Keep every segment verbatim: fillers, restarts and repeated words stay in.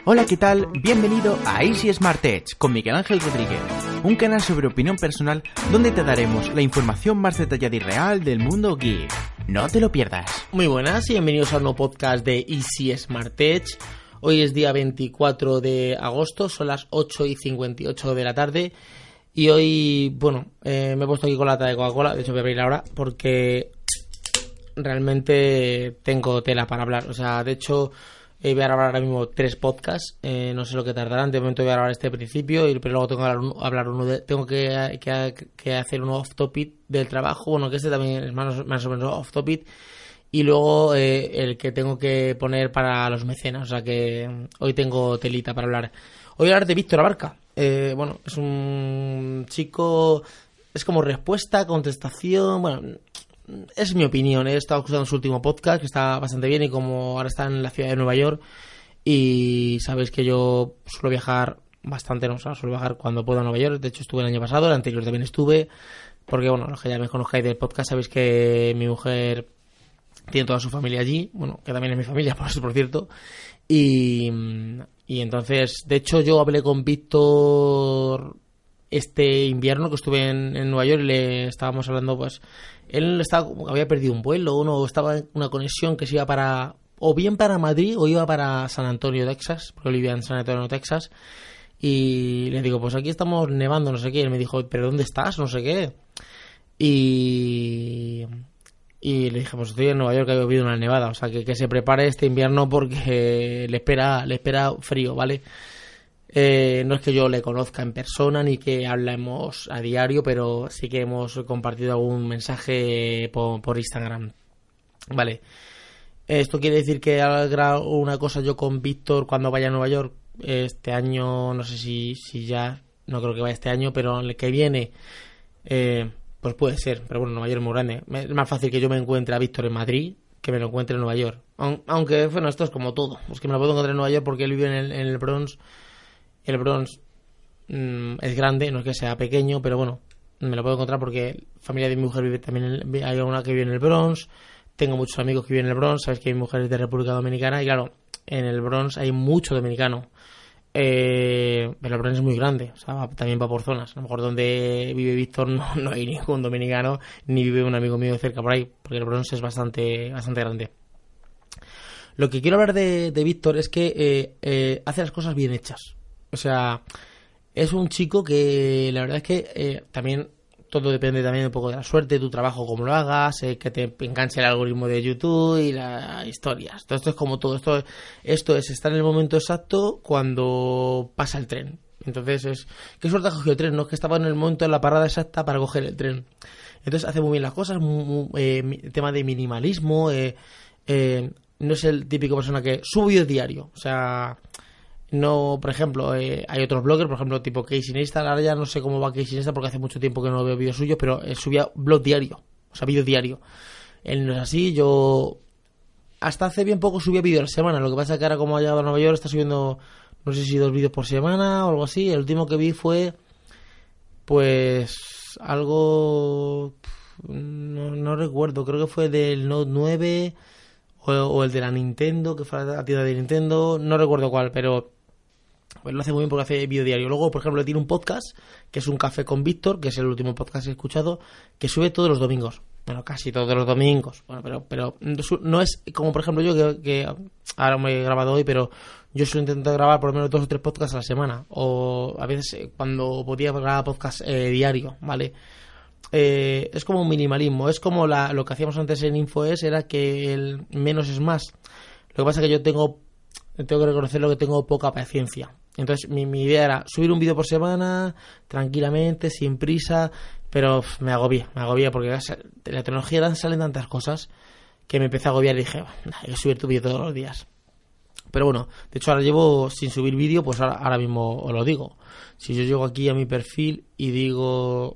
Hola, ¿qué tal? Bienvenido a Easy Smart Edge con Miguel Ángel Rodríguez, un canal sobre opinión personal donde te daremos la información más detallada y real del mundo geek. No te lo pierdas. Muy buenas y bienvenidos a un nuevo podcast de Easy Smart Edge. Hoy es día veinticuatro de agosto, son las ocho y cincuenta y ocho de la tarde y hoy, bueno, eh, me he puesto aquí con la lata de Coca-Cola, de hecho voy a abrir ahora porque realmente tengo tela para hablar, o sea, de hecho... Eh, voy a grabar ahora mismo tres podcasts, eh, no sé lo que tardarán, de momento voy a grabar este principio, y, pero luego tengo que hablar uno, hablar uno de, tengo que, que, que hacer uno off topic del trabajo, bueno, que este también es más, más o menos off topic, y luego eh, el que tengo que poner para los mecenas, o sea que hoy tengo telita para hablar. Hoy voy a hablar de Víctor Abarca, eh, bueno, es un chico, es como respuesta, contestación, bueno... Es mi opinión, he estado escuchando su último podcast que está bastante bien y como ahora está en la ciudad de Nueva York y sabéis que yo suelo viajar bastante, no, o sea, suelo viajar cuando puedo a Nueva York, de hecho estuve el año pasado, el anterior también estuve, porque bueno, los que ya me conozcáis del podcast sabéis que mi mujer tiene toda su familia allí, bueno, que también es mi familia, por eso, por cierto, y, y entonces, de hecho yo hablé con Víctor este invierno que estuve en, en Nueva York y le estábamos hablando, pues él estaba, había perdido un vuelo, uno estaba en una conexión que se iba para, o bien para Madrid o iba para San Antonio, Texas, porque él vivía en San Antonio, Texas, y le digo, pues aquí estamos nevando, no sé qué, y él me dijo, ¿pero dónde estás? No sé qué, y, y le dije, pues estoy en Nueva York, que ha habido una nevada, o sea, que, que se prepare este invierno porque le espera, le espera frío, ¿vale? Eh, no es que yo le conozca en persona ni que hablemos a diario, pero sí que hemos compartido algún mensaje por, por Instagram. Vale. Esto quiere decir que haga una cosa yo con Víctor cuando vaya a Nueva York este año, no sé si, si ya, no creo que vaya este año, pero el que viene, eh, pues puede ser. Pero bueno, Nueva York es muy grande. Es más fácil que yo me encuentre a Víctor en Madrid que me lo encuentre en Nueva York. Aunque, bueno, esto es como todo. Es que me lo puedo encontrar en Nueva York porque él vive en el, en el Bronx. El Bronx mmm, es grande, no es que sea pequeño, pero bueno, me lo puedo encontrar porque familia de mi mujer vive también en el, hay una que vive en el Bronx, tengo muchos amigos que viven en el Bronx, sabes que mi mujer es de República Dominicana y claro, en el Bronx hay mucho dominicano, eh, pero el Bronx es muy grande, o sea, también va por zonas, a lo mejor donde vive Víctor no, no hay ningún dominicano, ni vive un amigo mío cerca por ahí, porque el Bronx es bastante, bastante grande. Lo que quiero hablar de, de Víctor es que eh, eh, hace las cosas bien hechas. O sea, es un chico que la verdad es que eh, también todo depende también un poco de la suerte, tu trabajo, como lo hagas, eh, que te enganche el algoritmo de YouTube y las historias. Todo esto es como todo. Esto, esto es estar en el momento exacto cuando pasa el tren. Entonces es... ¿Qué suerte ha cogido el tren? No es que estaba en el momento, en la parada exacta para coger el tren. Entonces hace muy bien las cosas, muy, muy, eh, tema de minimalismo, eh, eh, no es el típico persona que sube vídeo diario. O sea... No, por ejemplo, eh, hay otros bloggers, por ejemplo, tipo Casey Neistat. Ahora ya no sé cómo va Casey Neistat porque hace mucho tiempo que no veo vídeos suyos, pero él subía blog diario, o sea, vídeo diario. Él no es así, yo hasta hace bien poco subía vídeo a la semana. Lo que pasa es que ahora, como ha llegado a Nueva York, está subiendo, no sé si dos vídeos por semana o algo así. El último que vi fue, pues, algo, no, no recuerdo, creo que fue del Note nueve o, o el de la Nintendo, que fue a la tienda de Nintendo, no recuerdo cuál, pero... Pues lo hace muy bien porque hace vídeo diario. Luego, por ejemplo, tiene un podcast que es Un Café con Víctor, que es el último podcast que he escuchado, que sube todos los domingos. Bueno, casi todos los domingos. Bueno, pero pero no es como, por ejemplo, yo que, que ahora me he grabado hoy, pero yo suelo intentar grabar por lo menos dos o tres podcasts a la semana. O a veces cuando podía grabar podcast eh, diario, ¿vale? Eh, es como un minimalismo. Es como la, lo que hacíamos antes en InfoES, era que el menos es más. Lo que pasa es que yo tengo... Tengo que reconocerlo que tengo poca paciencia. Entonces mi, mi idea era subir un vídeo por semana, tranquilamente, sin prisa, pero uf, me agobié, me agobié porque de la tecnología salen tantas cosas que me empecé a agobiar y dije, hay que subir tu vídeo todos los días. Pero bueno, de hecho ahora llevo sin subir vídeo, pues ahora, ahora mismo os lo digo. Si yo llego aquí a mi perfil y digo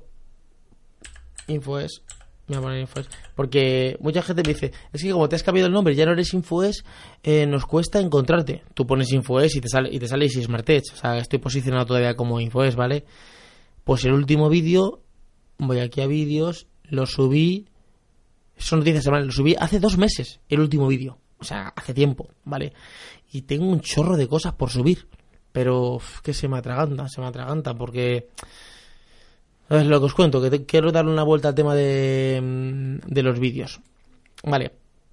InfoES, me voy a poner InfoES, porque mucha gente me dice, es que como te has cambiado el nombre, ya no eres InfoES, eh, nos cuesta encontrarte. Tú pones InfoES y te sale y te sale Easy Smart Edge, o sea, estoy posicionado todavía como InfoES, ¿vale? Pues el último vídeo, voy aquí a vídeos, lo subí, son noticias semanales, lo subí hace dos meses, el último vídeo. o sea, hace tiempo, ¿vale? Y tengo un chorro de cosas por subir, pero uf, que se me atraganta, se me atraganta, porque es lo que os cuento, que te, quiero darle una vuelta al tema de, de los vídeos, ¿vale?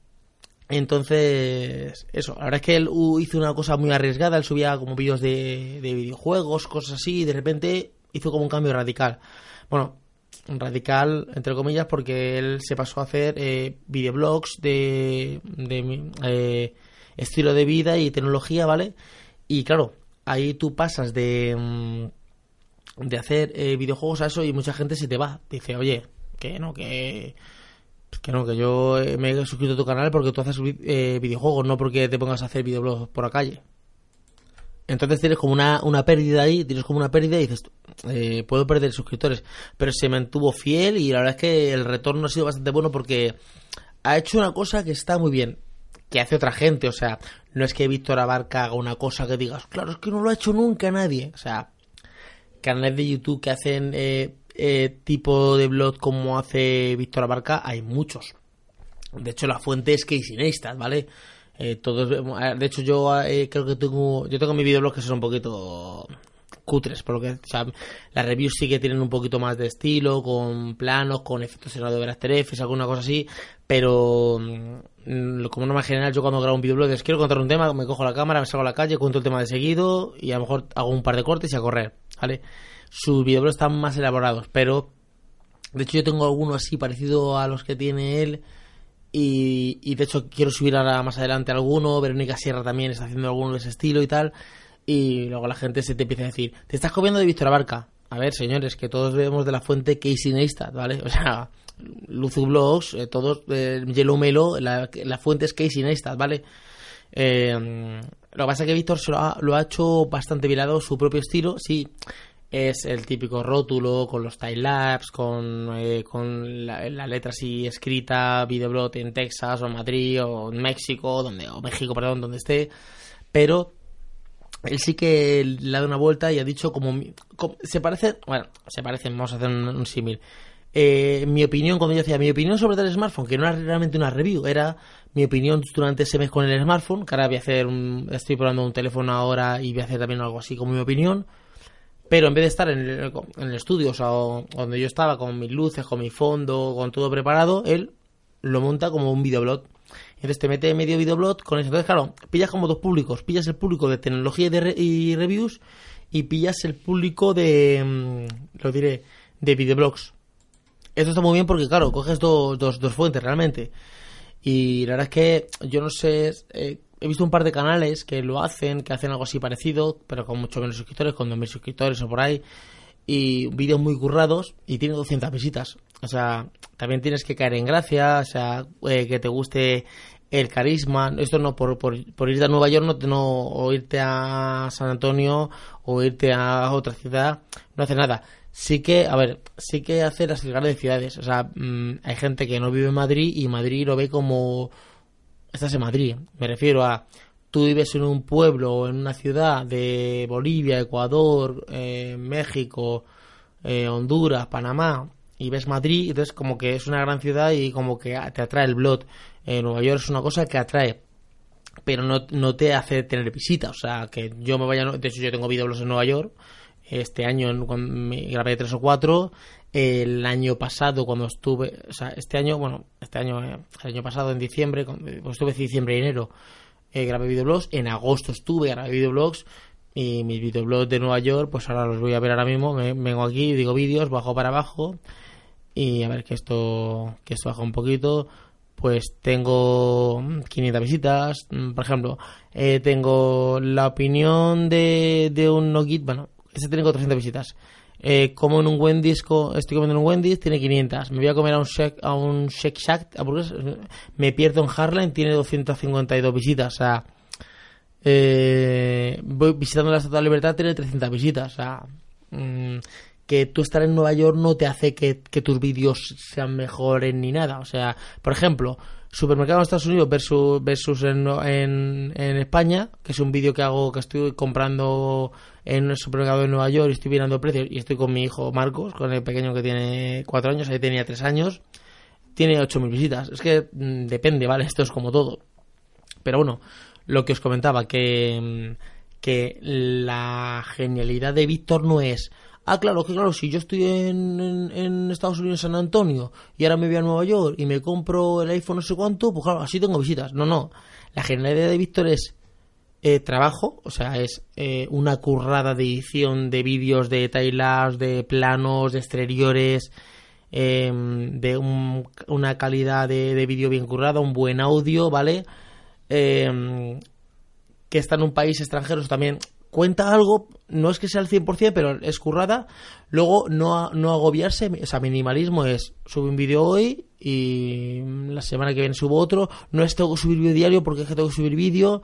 Entonces, eso, la verdad es que él uh, hizo una cosa muy arriesgada, él subía como vídeos de, de videojuegos, cosas así, y de repente hizo como un cambio radical. Bueno, radical, entre comillas, porque él se pasó a hacer eh, videoblogs de, de eh, estilo de vida y tecnología, ¿vale? Y claro, ahí tú pasas de, de hacer eh, videojuegos a eso y mucha gente se te va. Dice, oye, que no, que... Que no, que yo me he suscrito a tu canal porque tú haces eh, videojuegos, no porque te pongas a hacer videoblogs por la calle. Entonces tienes como una, una pérdida ahí, tienes como una pérdida y dices, eh, puedo perder suscriptores. Pero se mantuvo fiel y la verdad es que el retorno ha sido bastante bueno porque ha hecho una cosa que está muy bien, que hace otra gente. O sea, no es que Víctor Abarca haga una cosa que digas, claro, es que no lo ha hecho nunca nadie. O sea, canales de YouTube que hacen... Eh, Eh, tipo de blog como hace Víctor Abarca, hay muchos. De hecho, la fuente es Casey Neistat, ¿vale? Eh, todos, de hecho, yo eh, creo que tengo yo tengo mis videoblogs que son un poquito cutres, por lo que, o sea, las reviews sí que tienen un poquito más de estilo, con planos, con efectos en audio de After Effects, alguna cosa así, pero mmm, como norma general, yo cuando grabo un videoblog es quiero contar un tema, me cojo la cámara, me salgo a la calle, cuento el tema de seguido y a lo mejor hago un par de cortes y a correr, ¿vale? Sus videoblogs están más elaborados, pero de hecho yo tengo alguno así parecido a los que tiene él y, y de hecho quiero subir ahora más adelante alguno. Verónica Sierra también está haciendo alguno de ese estilo y tal, y luego la gente se te empieza a decir, te estás copiando de Víctor Abarca. A ver, señores, que todos vemos de la fuente Casey Neistat, ¿vale? O sea, Luzu Blogs, eh, todos, eh, Yellow Melo, la, la fuente es Casey Neistat, ¿vale? Eh, lo que pasa es que Víctor se lo ha, lo ha hecho bastante virado, su propio estilo, sí. Es el típico rótulo con los timelapse, con, eh, con la, la letra así escrita, videoblog en Texas o en Madrid o en México, donde, o México, perdón, donde esté. Pero él sí que le ha dado una vuelta y ha dicho como, como se parece, bueno, se parecen, vamos a hacer un, un símil. Eh, mi opinión, cuando yo decía mi opinión sobre el smartphone, que no era realmente una review, era mi opinión durante ese mes con el smartphone, que ahora voy a hacer un, estoy probando un teléfono ahora y voy a hacer también algo así como mi opinión. Pero en vez de estar en el, en el estudio, o sea, o, donde yo estaba con mis luces, con mi fondo, con todo preparado, él lo monta como un videoblog. Entonces te mete medio videoblog con eso. Entonces, claro, pillas como dos públicos. Pillas el público de tecnología y, de re- y reviews y pillas el público de, mmm, lo diré, de videoblogs. Esto está muy bien porque, claro, coges dos, dos, dos fuentes realmente. Y la verdad es que yo no sé... Eh, he visto un par de canales que lo hacen, que hacen algo así parecido, pero con mucho menos suscriptores, con dos mil suscriptores o por ahí, y vídeos muy currados, y tiene doscientas visitas. O sea, también tienes que caer en gracia, o sea, eh, que te guste el carisma. Esto no, por, por, por irte a Nueva York no, no, o irte a San Antonio, o irte a otra ciudad, no hace nada. Sí que, a ver, sí que hace las grandes ciudades. O sea, mmm, hay gente que no vive en Madrid, y Madrid lo ve como... Estás en Madrid, me refiero a tú vives en un pueblo o en una ciudad de Bolivia, Ecuador, eh, México, eh, Honduras, Panamá, y ves Madrid, entonces como que es una gran ciudad y como que te atrae el blog. Eh, Nueva York es una cosa que atrae, pero no, no te hace tener visita. O sea, que yo me vaya, de hecho yo tengo videoblogs en Nueva York. Este año me grabé tres o cuatro. El año pasado cuando estuve, o sea, este año, bueno, este año, eh, el año pasado en diciembre, pues estuve en diciembre y enero, eh, grabé videoblogs. En agosto estuve, grabé videoblogs. Y mis videoblogs de Nueva York, pues ahora los voy a ver ahora mismo. Me, vengo aquí, digo vídeos, bajo para abajo. Y a ver que esto, que esto baja un poquito. Pues tengo quinientas visitas, por ejemplo. Eh, tengo la opinión de, de un no-git, bueno, este tiene cuatrocientas visitas. Eh, como en un Wendy's, estoy comiendo en un Wendy's, tiene quinientas. Me voy a comer a un Shake, a un Shake Shack, me pierdo en Harlem, tiene doscientas cincuenta y dos visitas. O sea, eh, voy visitando la Estatua de la Libertad, tiene trescientas visitas. O sea, mmm, que tú estar en Nueva York no te hace que, que tus vídeos sean mejores ni nada. O sea, por ejemplo, supermercado en Estados Unidos versus, versus en, en, en España, que es un vídeo que hago, que estoy comprando en un supermercado de Nueva York y estoy mirando precios, y estoy con mi hijo Marcos, con el pequeño que tiene cuatro años, ahí tenía tres años, tiene ocho mil visitas. Es que mmm, depende, ¿vale? Esto es como todo. Pero bueno, lo que os comentaba, que, que la genialidad de Víctor no es... Ah, claro, que claro, si yo estoy en, en, en Estados Unidos, en San Antonio, y ahora me voy a Nueva York y me compro el iPhone no sé cuánto, pues claro, así tengo visitas. No, no. La genialidad de Víctor es eh, trabajo, o sea, es eh, una currada de edición de vídeos, de timelapse, de planos, de exteriores, eh, de un, una calidad de, de vídeo bien currada, un buen audio, ¿vale? Eh, que está en un país extranjero, eso también... Cuenta algo, no es que sea al cien por ciento, pero es currada. Luego, no, no agobiarse, o sea, minimalismo es, subo un vídeo hoy y la semana que viene subo otro. No es tengo que subir vídeo diario porque es que tengo que subir vídeo.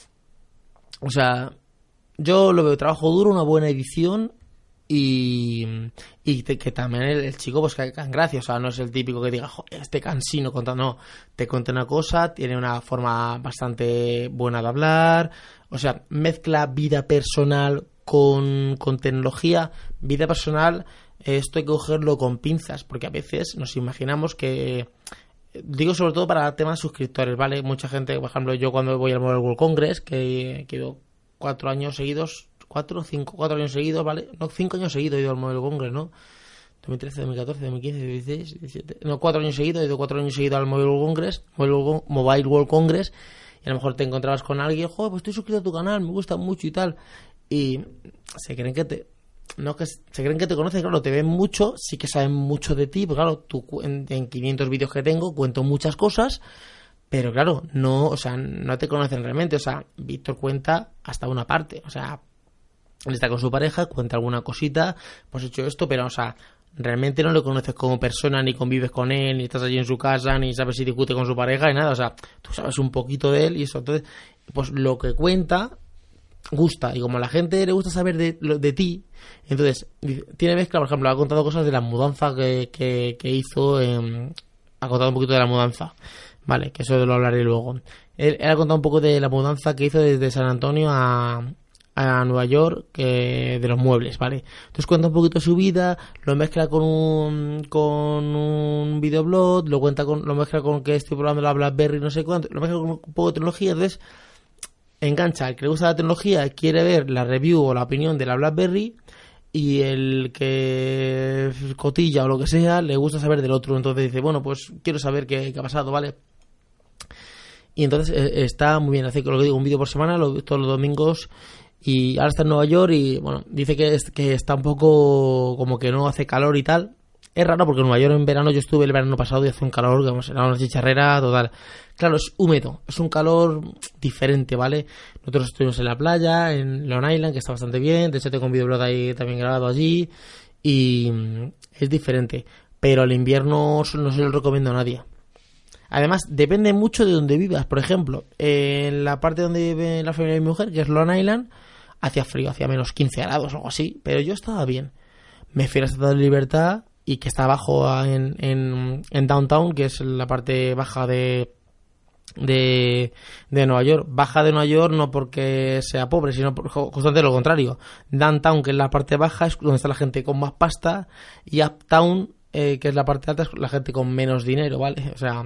O sea, yo lo veo trabajo duro, una buena edición y, y te, que también el, el chico pues que haga gracia. O sea, no es el típico que diga, joder, este cansino contando. No, te cuenta una cosa, tiene una forma bastante buena de hablar. O sea, mezcla vida personal con, con tecnología. Vida personal, esto hay que cogerlo con pinzas, porque a veces nos imaginamos que... Digo sobre todo para temas suscriptores, ¿vale? Mucha gente, por ejemplo, yo cuando voy al Mobile World Congress, que he ido cuatro años seguidos, cuatro, cinco, cuatro años seguidos, ¿vale? No, cinco años seguidos he ido al Mobile World Congress, ¿no? dos mil trece, dos mil catorce, dos mil quince, dos mil dieciséis, dos mil diecisiete... No, cuatro años seguidos, he ido cuatro años seguidos al Mobile World Congress, Mobile World Congress, y a lo mejor te encontrabas con alguien, joder, pues estoy suscrito a tu canal, me gusta mucho y tal, y se creen que te no que se creen que te conocen, claro, te ven mucho, sí que saben mucho de ti, porque claro, tú en, en quinientos vídeos que tengo cuento muchas cosas, pero claro, no, o sea, no te conocen realmente. O sea, Víctor cuenta hasta una parte, o sea, él está con su pareja, cuenta alguna cosita, pues he hecho esto, pero o sea, realmente no lo conoces como persona, ni convives con él, ni estás allí en su casa, ni sabes si discute con su pareja, ni nada. O sea, tú sabes un poquito de él y eso. Entonces, pues lo que cuenta gusta. Y como a la gente le gusta saber de, de ti, entonces, tiene mezcla, por ejemplo, ha contado cosas de la mudanza que, que, que hizo, eh, ha contado un poquito de la mudanza, vale, que eso lo hablaré luego. Él, él ha contado un poco de la mudanza que hizo desde San Antonio a... a Nueva York, que de los muebles, ¿vale? Entonces cuenta un poquito su vida, lo mezcla con un con un videoblog, lo cuenta con lo mezcla con que estoy probando la BlackBerry, no sé cuánto, lo mezcla con un poco de tecnología. Entonces engancha al que le gusta la tecnología, quiere ver la review o la opinión de la BlackBerry, y el que cotilla o lo que sea le gusta saber del otro. Entonces dice, bueno, pues quiero saber qué, qué ha pasado, ¿vale? Y entonces eh, está muy bien, hace lo que digo, un vídeo por semana, lo, todos los domingos. Y ahora está en Nueva York y, bueno, dice que, es, que está un poco como que no hace calor y tal. Es raro porque en Nueva York en verano, yo estuve el verano pasado y hace un calor, que vamos, era una chicharrera total. Claro, es húmedo, es un calor diferente, ¿vale? Nosotros estuvimos en la playa, en Long Island, que está bastante bien. De hecho, tengo un videoblog ahí también grabado allí. Y es diferente. Pero el invierno no se lo recomiendo a nadie. Además, depende mucho de donde vivas. Por ejemplo, en la parte donde vive la familia de mi mujer, que es Long Island, hacía frío, hacía menos quince grados o algo así, pero yo estaba bien. Me fui a la Estatua de Libertad, y que está abajo en, en, en Downtown, que es la parte baja de, de, de Nueva York. Baja de Nueva York no porque sea pobre, sino por, justamente lo contrario. Downtown, que es la parte baja, es donde está la gente con más pasta, y Uptown, eh, que es la parte alta, es la gente con menos dinero, ¿vale? O sea,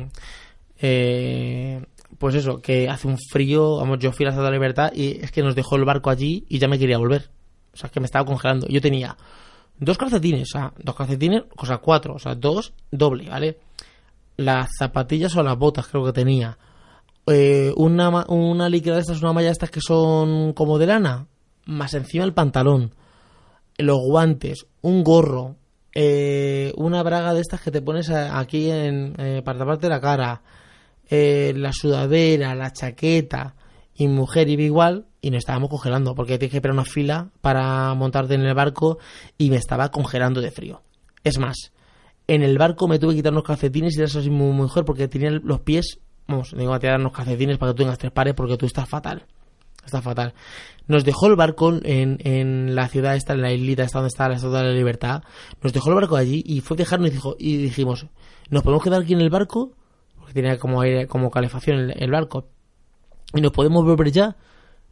eh, pues eso, que hace un frío. Vamos, yo fui a la Estatua de la Libertad y es que nos dejó el barco allí y ya me quería volver. O sea, es que me estaba congelando. Yo tenía dos calcetines, o sea, dos calcetines, o sea, cuatro, o sea, dos doble, ¿vale? Las zapatillas o las botas creo que tenía. Eh, una, una licra de estas, una malla de estas que son como de lana, más encima el pantalón, los guantes, un gorro, eh, una braga de estas que te pones aquí en, eh, para taparte la cara, eh, la sudadera, la chaqueta. Y mi mujer iba igual y nos estábamos congelando porque tienes que esperar una fila para montarte en el barco y me estaba congelando de frío. Es más, en el barco me tuve que quitar unos calcetines y eso así muy mujer porque tenía los pies, vamos, digo, a tirar unos calcetines para que tú tengas tres pares porque tú estás fatal. Está fatal. Nos dejó el barco en, en la ciudad esta, en la islita esta donde está la Estatua de la Libertad. Nos dejó el barco allí y fue a dejarnos y, dijo, y dijimos, ¿nos podemos quedar aquí en el barco? Porque tenía como aire, como calefacción el, el barco. Y nos podemos volver ya.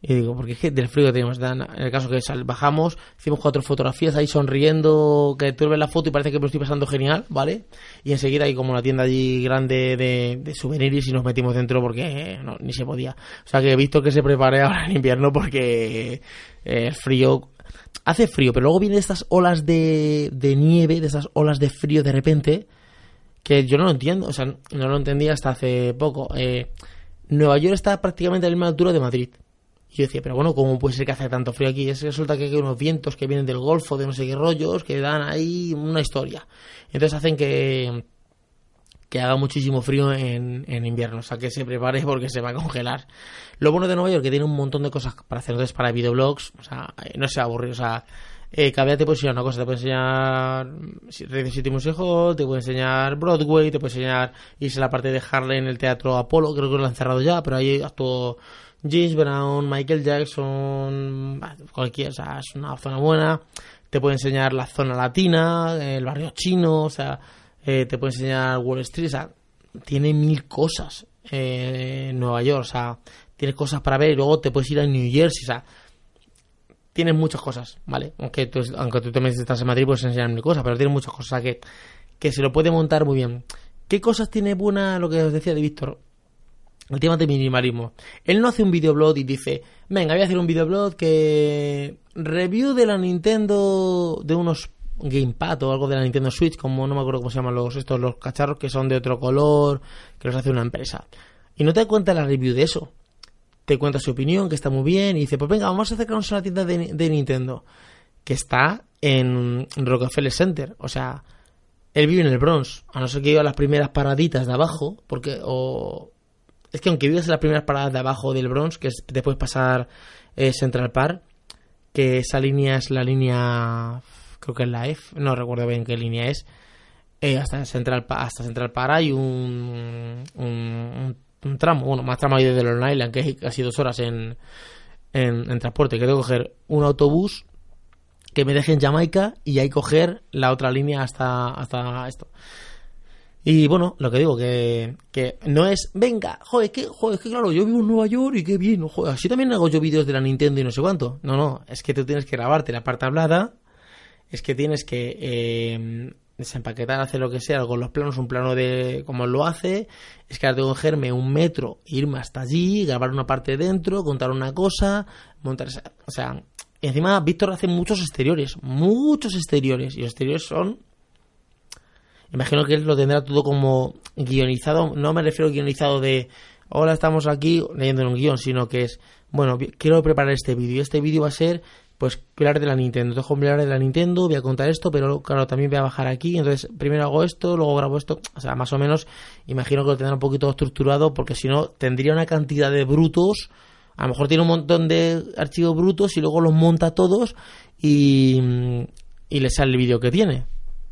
Y digo, porque es que del frío que tenemos, en el caso que sal, bajamos, hicimos cuatro fotografías ahí sonriendo, que tú ves la foto y parece que me estoy pasando genial, ¿vale? Y enseguida hay como una tienda allí grande de, de souvenirs y nos metimos dentro porque no, ni se podía. O sea que he visto que se prepare ahora en invierno porque el eh, frío... Hace frío, pero luego vienen estas olas de, de nieve, de esas olas de frío de repente, que yo no lo entiendo, o sea, no lo entendía hasta hace poco. Eh, Nueva York está prácticamente a la misma altura de Madrid. Y yo decía, pero bueno, ¿cómo puede ser que hace tanto frío aquí? Es que resulta que hay unos vientos que vienen del Golfo, de no sé qué rollos, que dan ahí una historia. Entonces hacen que, que haga muchísimo frío en, en invierno. O sea, que se prepare porque se va a congelar. Lo bueno de Nueva York es que tiene un montón de cosas para hacer. Entonces, para videoblogs, o sea, no se aburre. O sea, eh, cada día te puede enseñar una cosa. Te puede enseñar Radio City Music Hall, te puede enseñar Broadway, te puede enseñar irse a la parte de Harlem, el Teatro Apolo. Creo que lo han cerrado ya, pero ahí actuó James Brown, Michael Jackson, cualquier, o sea, es una zona buena. Te puede enseñar la zona latina, el barrio chino, o sea, eh, te puede enseñar Wall Street, o sea, tiene mil cosas eh, en Nueva York, o sea, tienes cosas para ver y luego te puedes ir a New Jersey, o sea, tienes muchas cosas, ¿vale? Aunque tú, aunque tú también estás en Madrid, puedes enseñar mil cosas, pero tienes muchas cosas, o sea, que, que se lo puede montar muy bien. ¿Qué cosas tiene buena lo que os decía de Víctor? El tema de minimalismo. Él no hace un videoblog y dice, venga, voy a hacer un videoblog que review de la Nintendo, de unos gamepad o algo de la Nintendo Switch, como no me acuerdo cómo se llaman los estos los cacharros que son de otro color, que los hace una empresa. Y no te cuenta la review de eso. Te cuenta su opinión, que está muy bien, y dice, pues venga, vamos a acercarnos a la tienda de, de Nintendo, que está en Rockefeller Center. O sea, él vive en el Bronx, a no ser que iba a las primeras paraditas de abajo, porque o... Es que aunque vivas en las primeras paradas de abajo del Bronx, que es después pasar eh, Central Park, que esa línea es la línea, creo que es la F, no recuerdo bien qué línea es, eh, hasta Central hasta Central Park hay un, un, un, un tramo, bueno, más tramo ahí desde Long Island, que es casi dos horas en, en, en transporte, que tengo que coger un autobús que me deje en Jamaica y ahí coger la otra línea hasta, hasta esto. Y bueno, lo que digo, que, que no es, venga, joder, que, joder, es que claro, yo vivo en Nueva York y qué bien, joder, así también hago yo vídeos de la Nintendo y no sé cuánto. No, no, es que tú tienes que grabarte la parte hablada, es que tienes que eh, desempaquetar, hacer lo que sea, con los planos, un plano de cómo lo hace, es que ahora tengo que cogerme un metro, irme hasta allí, grabar una parte dentro, contar una cosa, montar esa, o sea, y encima Víctor hace muchos exteriores, muchos exteriores, y los exteriores son... Imagino que él lo tendrá todo como guionizado. No me refiero a guionizado de hola, estamos aquí leyendo un guión, sino que es, bueno, quiero preparar este vídeo. Y este vídeo va a ser, pues, hablar de la Nintendo. Tengo que hablar de la Nintendo, voy a contar esto, pero claro, también voy a bajar aquí. Entonces, primero hago esto, luego grabo esto. O sea, más o menos, imagino que lo tendrá un poquito estructurado, porque si no, tendría una cantidad de brutos. A lo mejor tiene un montón de archivos brutos y luego los monta todos y, y le sale el vídeo que tiene.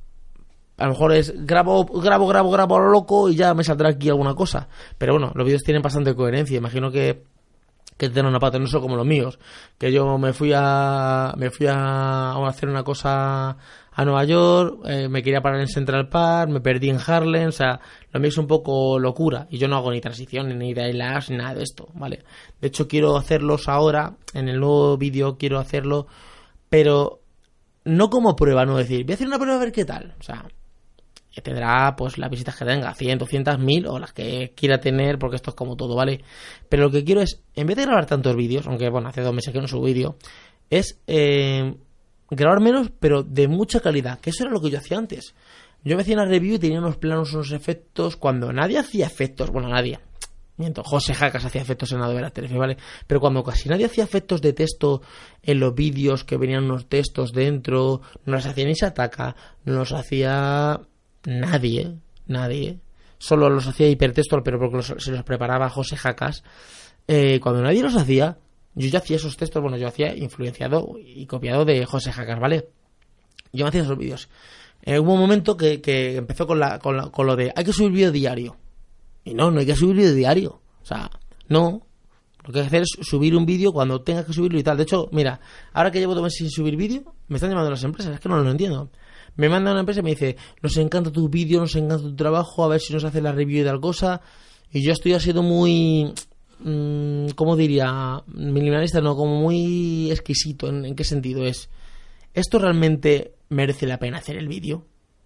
A lo mejor es grabo, grabo, grabo, grabo a lo loco y ya me saldrá aquí alguna cosa. Pero bueno, los vídeos tienen bastante coherencia. Imagino que, que tienen una pata, no son como los míos. Que yo me fui a me fui a, a hacer una cosa a Nueva York, eh, me quería parar en Central Park, me perdí en Harlem. O sea, lo mío es un poco locura. Y yo no hago ni transición, ni dial-ups, ni nada de esto, ¿vale? De hecho, quiero hacerlos ahora. En el nuevo vídeo quiero hacerlo, pero no como prueba, no decir, voy a hacer una prueba a ver qué tal. O sea... que tendrá pues las visitas que tenga, cien, doscientas, mil o las que quiera tener, porque esto es como todo, ¿vale? Pero lo que quiero es, en vez de grabar tantos vídeos, aunque bueno, hace dos meses que no subo vídeo, es eh, grabar menos, pero de mucha calidad, que eso era lo que yo hacía antes. Yo me hacía una review y tenía unos planos, unos efectos, cuando nadie hacía efectos, bueno, nadie, miento, José Jacas hacía efectos en Adobe After Effects, ¿vale? Pero cuando casi nadie hacía efectos de texto en los vídeos, que venían unos textos dentro, no los hacía ni Sataka, no los hacía... Nadie, nadie. Solo los hacía hipertexto, pero porque los, se los preparaba José Jacas. Eh, cuando nadie los hacía, yo ya hacía esos textos. Bueno, yo hacía influenciado y copiado de José Jacas, ¿vale? Yo me hacía esos vídeos. Eh, hubo un momento que, que empezó con, la, con, la, con lo de hay que subir vídeo diario. Y no, no hay que subir vídeo diario. O sea, no. Lo que hay que hacer es subir un vídeo cuando tengas que subirlo y tal. De hecho, mira, ahora que llevo dos meses sin subir vídeo, me están llamando las empresas. Es que no lo entiendo. Me manda una empresa y me dice, nos encanta tu vídeo, nos encanta tu trabajo, a ver si nos hace la review de tal cosa. Y yo estoy haciendo muy... mmm, ¿cómo diría? Minimalista, no, como muy exquisito. ¿En, en qué sentido es? ¿Esto realmente merece la pena hacer el vídeo?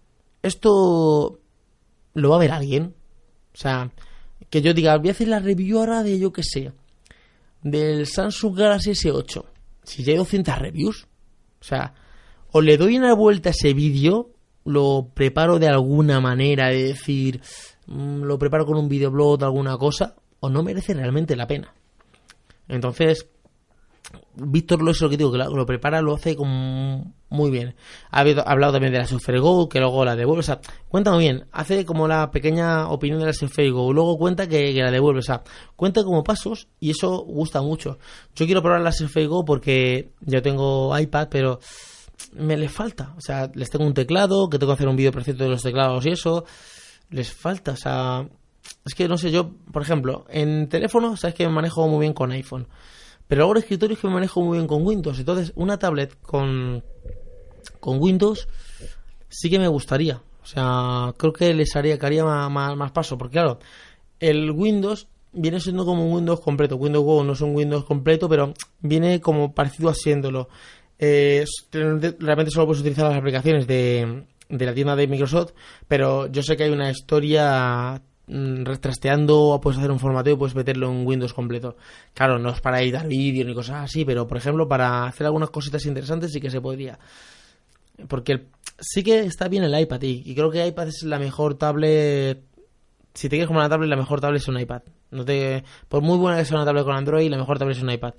¿Esto lo va a ver alguien? O sea, que yo diga, voy a hacer la review ahora de, yo qué sé, del Samsung Galaxy ese ocho. Si ya hay doscientas reviews. O sea, o le doy una vuelta a ese vídeo, lo preparo de alguna manera, de decir, mmm, lo preparo con un videoblog o alguna cosa, o no merece realmente la pena. Entonces, Víctor lo es lo que digo, que lo, lo prepara, lo hace como muy bien. Ha, habido, ha hablado también de la Surface Go, que luego la devuelve. O sea, cuenta muy bien. Hace como la pequeña opinión de la Surface Go. Luego cuenta que, que la devuelve. O sea, cuenta como pasos y eso gusta mucho. Yo quiero probar la Surface Go porque yo tengo iPad, pero me les falta. O sea, les tengo un teclado, que tengo que hacer un vídeo perfecto de los teclados y eso. Les falta, o sea, es que no sé, yo, por ejemplo, en teléfono, sabes que me manejo muy bien con iPhone. Pero luego en escritorio es que me manejo muy bien con Windows. Entonces, una tablet con, con Windows sí que me gustaría. O sea, creo que les haría, que haría más, más, más paso. Porque claro, el Windows viene siendo como un Windows completo. Windows Go no es un Windows completo, pero viene como parecido a siéndolo. Eh, realmente solo puedes utilizar las aplicaciones de, de la tienda de Microsoft. Pero yo sé que hay una historia... trasteando, puedes hacer un formateo y puedes meterlo en Windows completo. Claro, no es para editar vídeos ni cosas así, pero por ejemplo para hacer algunas cositas interesantes sí que se podría, porque el, sí que está bien el iPad y, y creo que iPad es la mejor tablet. Si te quieres comprar una tablet, la mejor tablet es un iPad. No te, por muy buena que sea una tablet con Android, la mejor tablet es un iPad.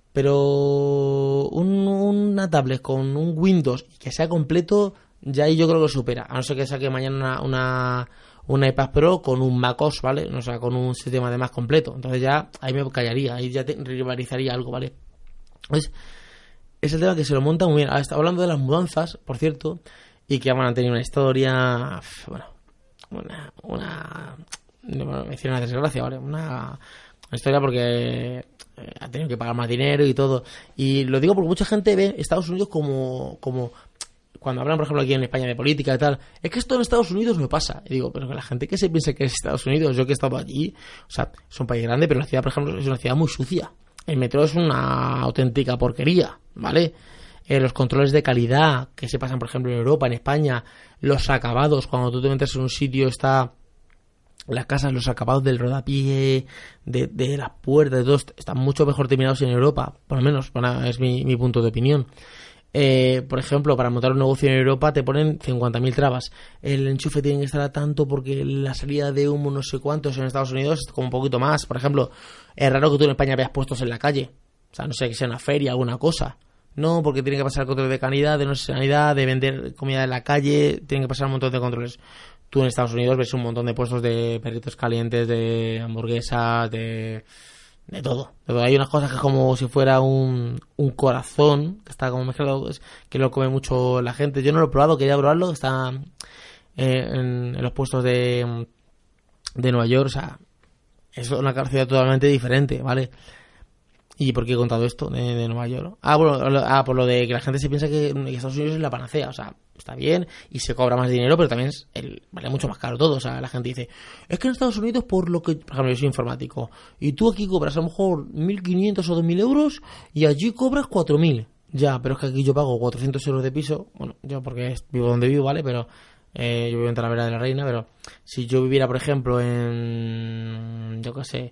Pero un, una tablet con un Windows que sea completo, ya ahí yo creo que supera, a no ser que saque mañana una, una un iPad Pro con un macOS, ¿vale? O sea, con un sistema de Mac completo. Entonces ya ahí me callaría, ahí ya te rivalizaría algo, ¿vale? Entonces, es el tema que se lo monta muy bien. Ahora está hablando de las mudanzas, por cierto, y que van a tener una historia, bueno, una, una, bueno, me hicieron una desgracia, ¿vale? Una, una historia porque ha tenido que pagar más dinero y todo. Y lo digo porque mucha gente ve Estados Unidos como, como cuando hablan, por ejemplo, aquí en España de política y tal, es que esto en Estados Unidos no pasa. Y digo, pero que la gente que se piense que es Estados Unidos, yo que he estado allí, o sea, es un país grande, pero la ciudad, por ejemplo, es una ciudad muy sucia. El metro es una auténtica porquería, ¿vale? Eh, los controles de calidad que se pasan, por ejemplo, en Europa, en España, los acabados, cuando tú te metes en un sitio está... Las casas, los acabados del rodapié, de, de las puertas, de todo, están mucho mejor terminados en Europa, por lo menos, bueno, es mi, mi punto de opinión. Eh, por ejemplo, para montar un negocio en Europa te ponen cincuenta mil trabas. El enchufe tiene que estar a tanto porque la salida de humo no sé cuántos. En Estados Unidos es como un poquito más. Por ejemplo, es raro que tú en España veas puestos en la calle. O sea, no sé, que sea una feria, alguna cosa. No, porque tiene que pasar el control de calidad, de no sé sanidad, de vender comida en la calle. Tienen que pasar un montón de controles. Tú en Estados Unidos ves un montón de puestos de perritos calientes, de hamburguesas, de... de todo. de todo. Hay unas cosas que es como si fuera un, un corazón, que está como mezclado, que lo come mucho la gente. Yo no lo he probado, quería probarlo. Está eh, en, en los puestos de, de Nueva York. O sea, es una ciudad totalmente diferente, ¿vale? ¿Y por qué he contado esto de, de Nueva York? Ah, bueno, ah, por lo de que la gente se piensa que Estados Unidos es la panacea. O sea, está bien y se cobra más dinero, pero también es el, vale mucho más caro todo. O sea, la gente dice, es que en Estados Unidos, por lo que, por ejemplo, yo soy informático, y tú aquí cobras a lo mejor mil quinientos o dos mil euros y allí cobras cuatro mil. Ya, pero es que aquí yo pago cuatrocientos euros de piso. Bueno, yo porque vivo donde vivo, ¿vale? Pero eh, yo vivo en Talavera de la Reina, pero si yo viviera, por ejemplo, en, yo qué sé,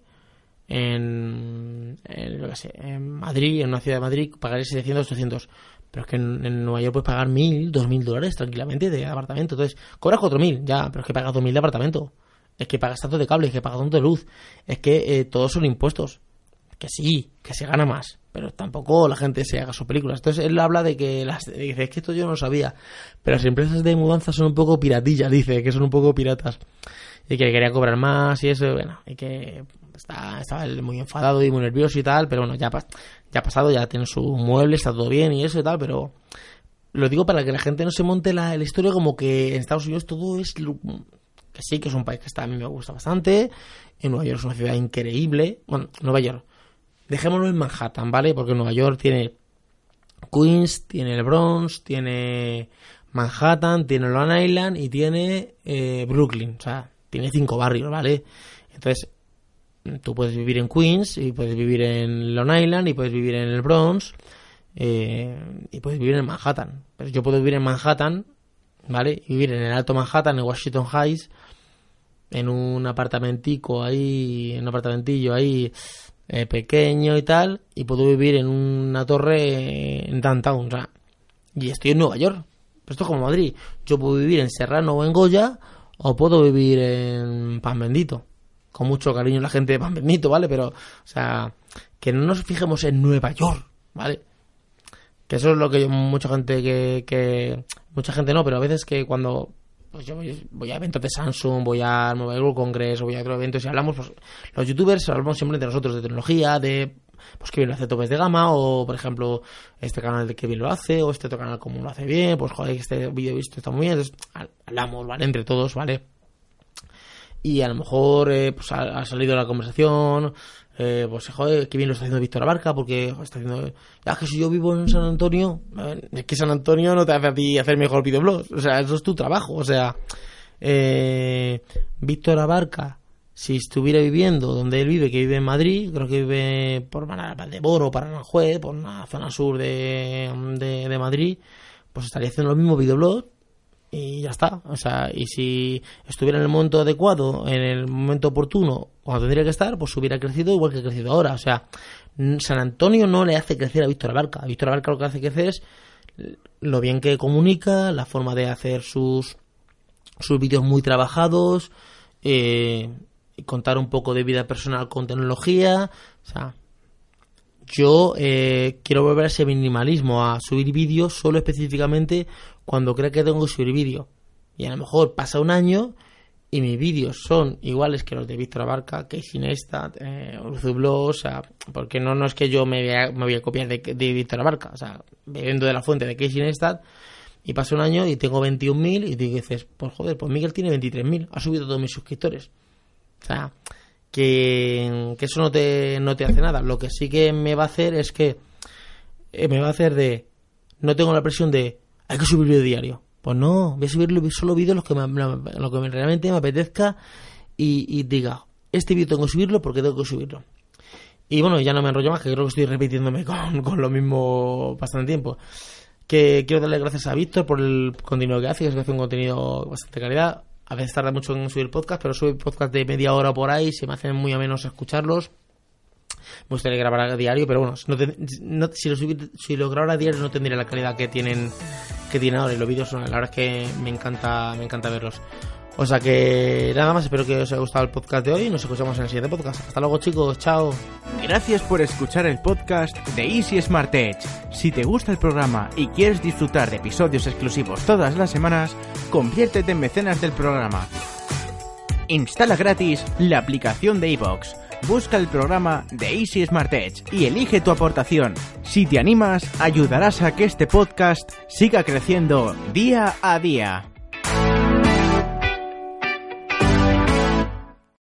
en, en, yo qué sé, en Madrid, en una ciudad de Madrid, pagaré setecientos, ochocientos. Pero es que en, en Nueva York puedes pagar mil, dos mil dólares tranquilamente de apartamento. Entonces, cobras cuatro mil, ya, pero es que pagas dos mil de apartamento. Es que pagas tanto de cable, es que pagas tanto de luz. Es que eh, todos son impuestos. Que sí, que se gana más, pero tampoco la gente se haga sus películas. Entonces él habla de que las, dice, es que esto yo no lo sabía, pero las empresas de mudanza son un poco piratillas, dice, que son un poco piratas. Y que quería cobrar más y eso, bueno, y que está, estaba muy enfadado y muy nervioso y tal, pero bueno, ya, ya ha pasado, ya tiene su mueble, está todo bien y eso y tal, pero lo digo para que la gente no se monte la, la historia como que en Estados Unidos todo es... Que sí, que es un país que está, a mí me gusta bastante. En Nueva York es una ciudad increíble. Bueno, Nueva York. Dejémoslo en Manhattan, ¿vale? Porque Nueva York tiene Queens, tiene el Bronx, tiene Manhattan, tiene Long Island y tiene eh, Brooklyn. O sea, tiene cinco barrios, ¿vale? Entonces, tú puedes vivir en Queens, y puedes vivir en Long Island, y puedes vivir en el Bronx, eh, y puedes vivir en Manhattan. Pero yo puedo vivir en Manhattan, ¿vale? Y vivir en el Alto Manhattan, en Washington Heights, en un apartamentico ahí, en un apartamentillo ahí eh, pequeño y tal, y puedo vivir en una torre en downtown, o sea, y estoy en Nueva York. Pero esto es como Madrid. Yo puedo vivir en Serrano o en Goya, o puedo vivir en Pan Bendito. Con mucho cariño la gente de Pan Bendito, ¿vale? Pero, o sea, que no nos fijemos en Nueva York, ¿vale? Que eso es lo que yo, mucha gente que, que... Mucha gente no, pero a veces que cuando... Pues yo voy, voy a eventos de Samsung, voy a Mobile World Congress, voy a otros eventos y hablamos, pues los youtubers hablamos siempre de nosotros, de tecnología, de... Pues Kevin lo hace topes de gama, o por ejemplo este canal de Kevin lo hace, o este otro canal como lo hace bien, pues joder, este vídeo visto está muy bien, entonces hablamos, ¿vale? Entre todos, ¿vale? Y a lo mejor eh, pues ha, ha salido la conversación, eh, pues joder, Kevin lo está haciendo Víctor Abarca, porque joder, está haciendo... Ya es que si yo vivo en San Antonio, es que San Antonio no te hace a ti hacer mejor videoblogs, o sea, eso es tu trabajo, o sea, eh, Víctor Abarca, si estuviera viviendo donde él vive, que vive en Madrid, creo que vive por Valdeboro, Paranajue, por una zona sur de, de, de Madrid, pues estaría haciendo los mismos videoblogs y ya está. O sea, y si estuviera en el momento adecuado, en el momento oportuno, cuando tendría que estar, pues hubiera crecido igual que ha crecido ahora. O sea, San Antonio no le hace crecer a Víctor Abarca. A Víctor Abarca lo que hace crecer es lo bien que comunica, la forma de hacer sus, sus vídeos muy trabajados, eh... y contar un poco de vida personal con tecnología. O sea, yo eh, quiero volver a ese minimalismo, a subir vídeos solo específicamente cuando crea que tengo que subir vídeo. Y a lo mejor pasa un año y mis vídeos son iguales que los de Víctor Abarca, Casey Neistat, eh, Urzublog, o sea, porque no, no es que yo me voy a, me voy a copiar de, de Víctor Abarca, o sea, bebiendo de la fuente de Casey Neistat, y pasa un año y tengo veintiún mil y dices, pues joder, pues Miguel tiene veintitrés mil, ha subido todos mis suscriptores. O sea, que, que eso no te, no te hace nada. Lo que sí que me va a hacer es que eh, me va a hacer de... No tengo la presión de hay que subir vídeo diario. Pues no, voy a subir solo vídeos los que me, lo que me, realmente me apetezca y, y diga, este vídeo tengo que subirlo porque tengo que subirlo. Y bueno, ya no me enrollo más, que creo que estoy repitiéndome con, con lo mismo bastante tiempo. Que quiero darle gracias a Víctor por el contenido que hace, que es que hace un contenido de bastante calidad. A veces tarda mucho en subir podcast, pero subir podcast de media hora por ahí, se me hacen muy a menos escucharlos. Me gustaría grabar a diario, pero bueno, no te, no, si, lo subir, si lo grabara a diario no tendría la calidad que tienen que tienen ahora. Y los vídeos son, la verdad es que me encanta, me encanta verlos. O sea que nada más, espero que os haya gustado el podcast de hoy y nos escuchamos en el siguiente podcast. Hasta luego, chicos, chao. Gracias por escuchar el podcast de Easy Smart Edge. Si te gusta el programa y quieres disfrutar de episodios exclusivos todas las semanas, conviértete en mecenas del programa. Instala gratis la aplicación de iVoox. Busca el programa de Easy Smart Edge y elige tu aportación. Si te animas, ayudarás a que este podcast siga creciendo día a día.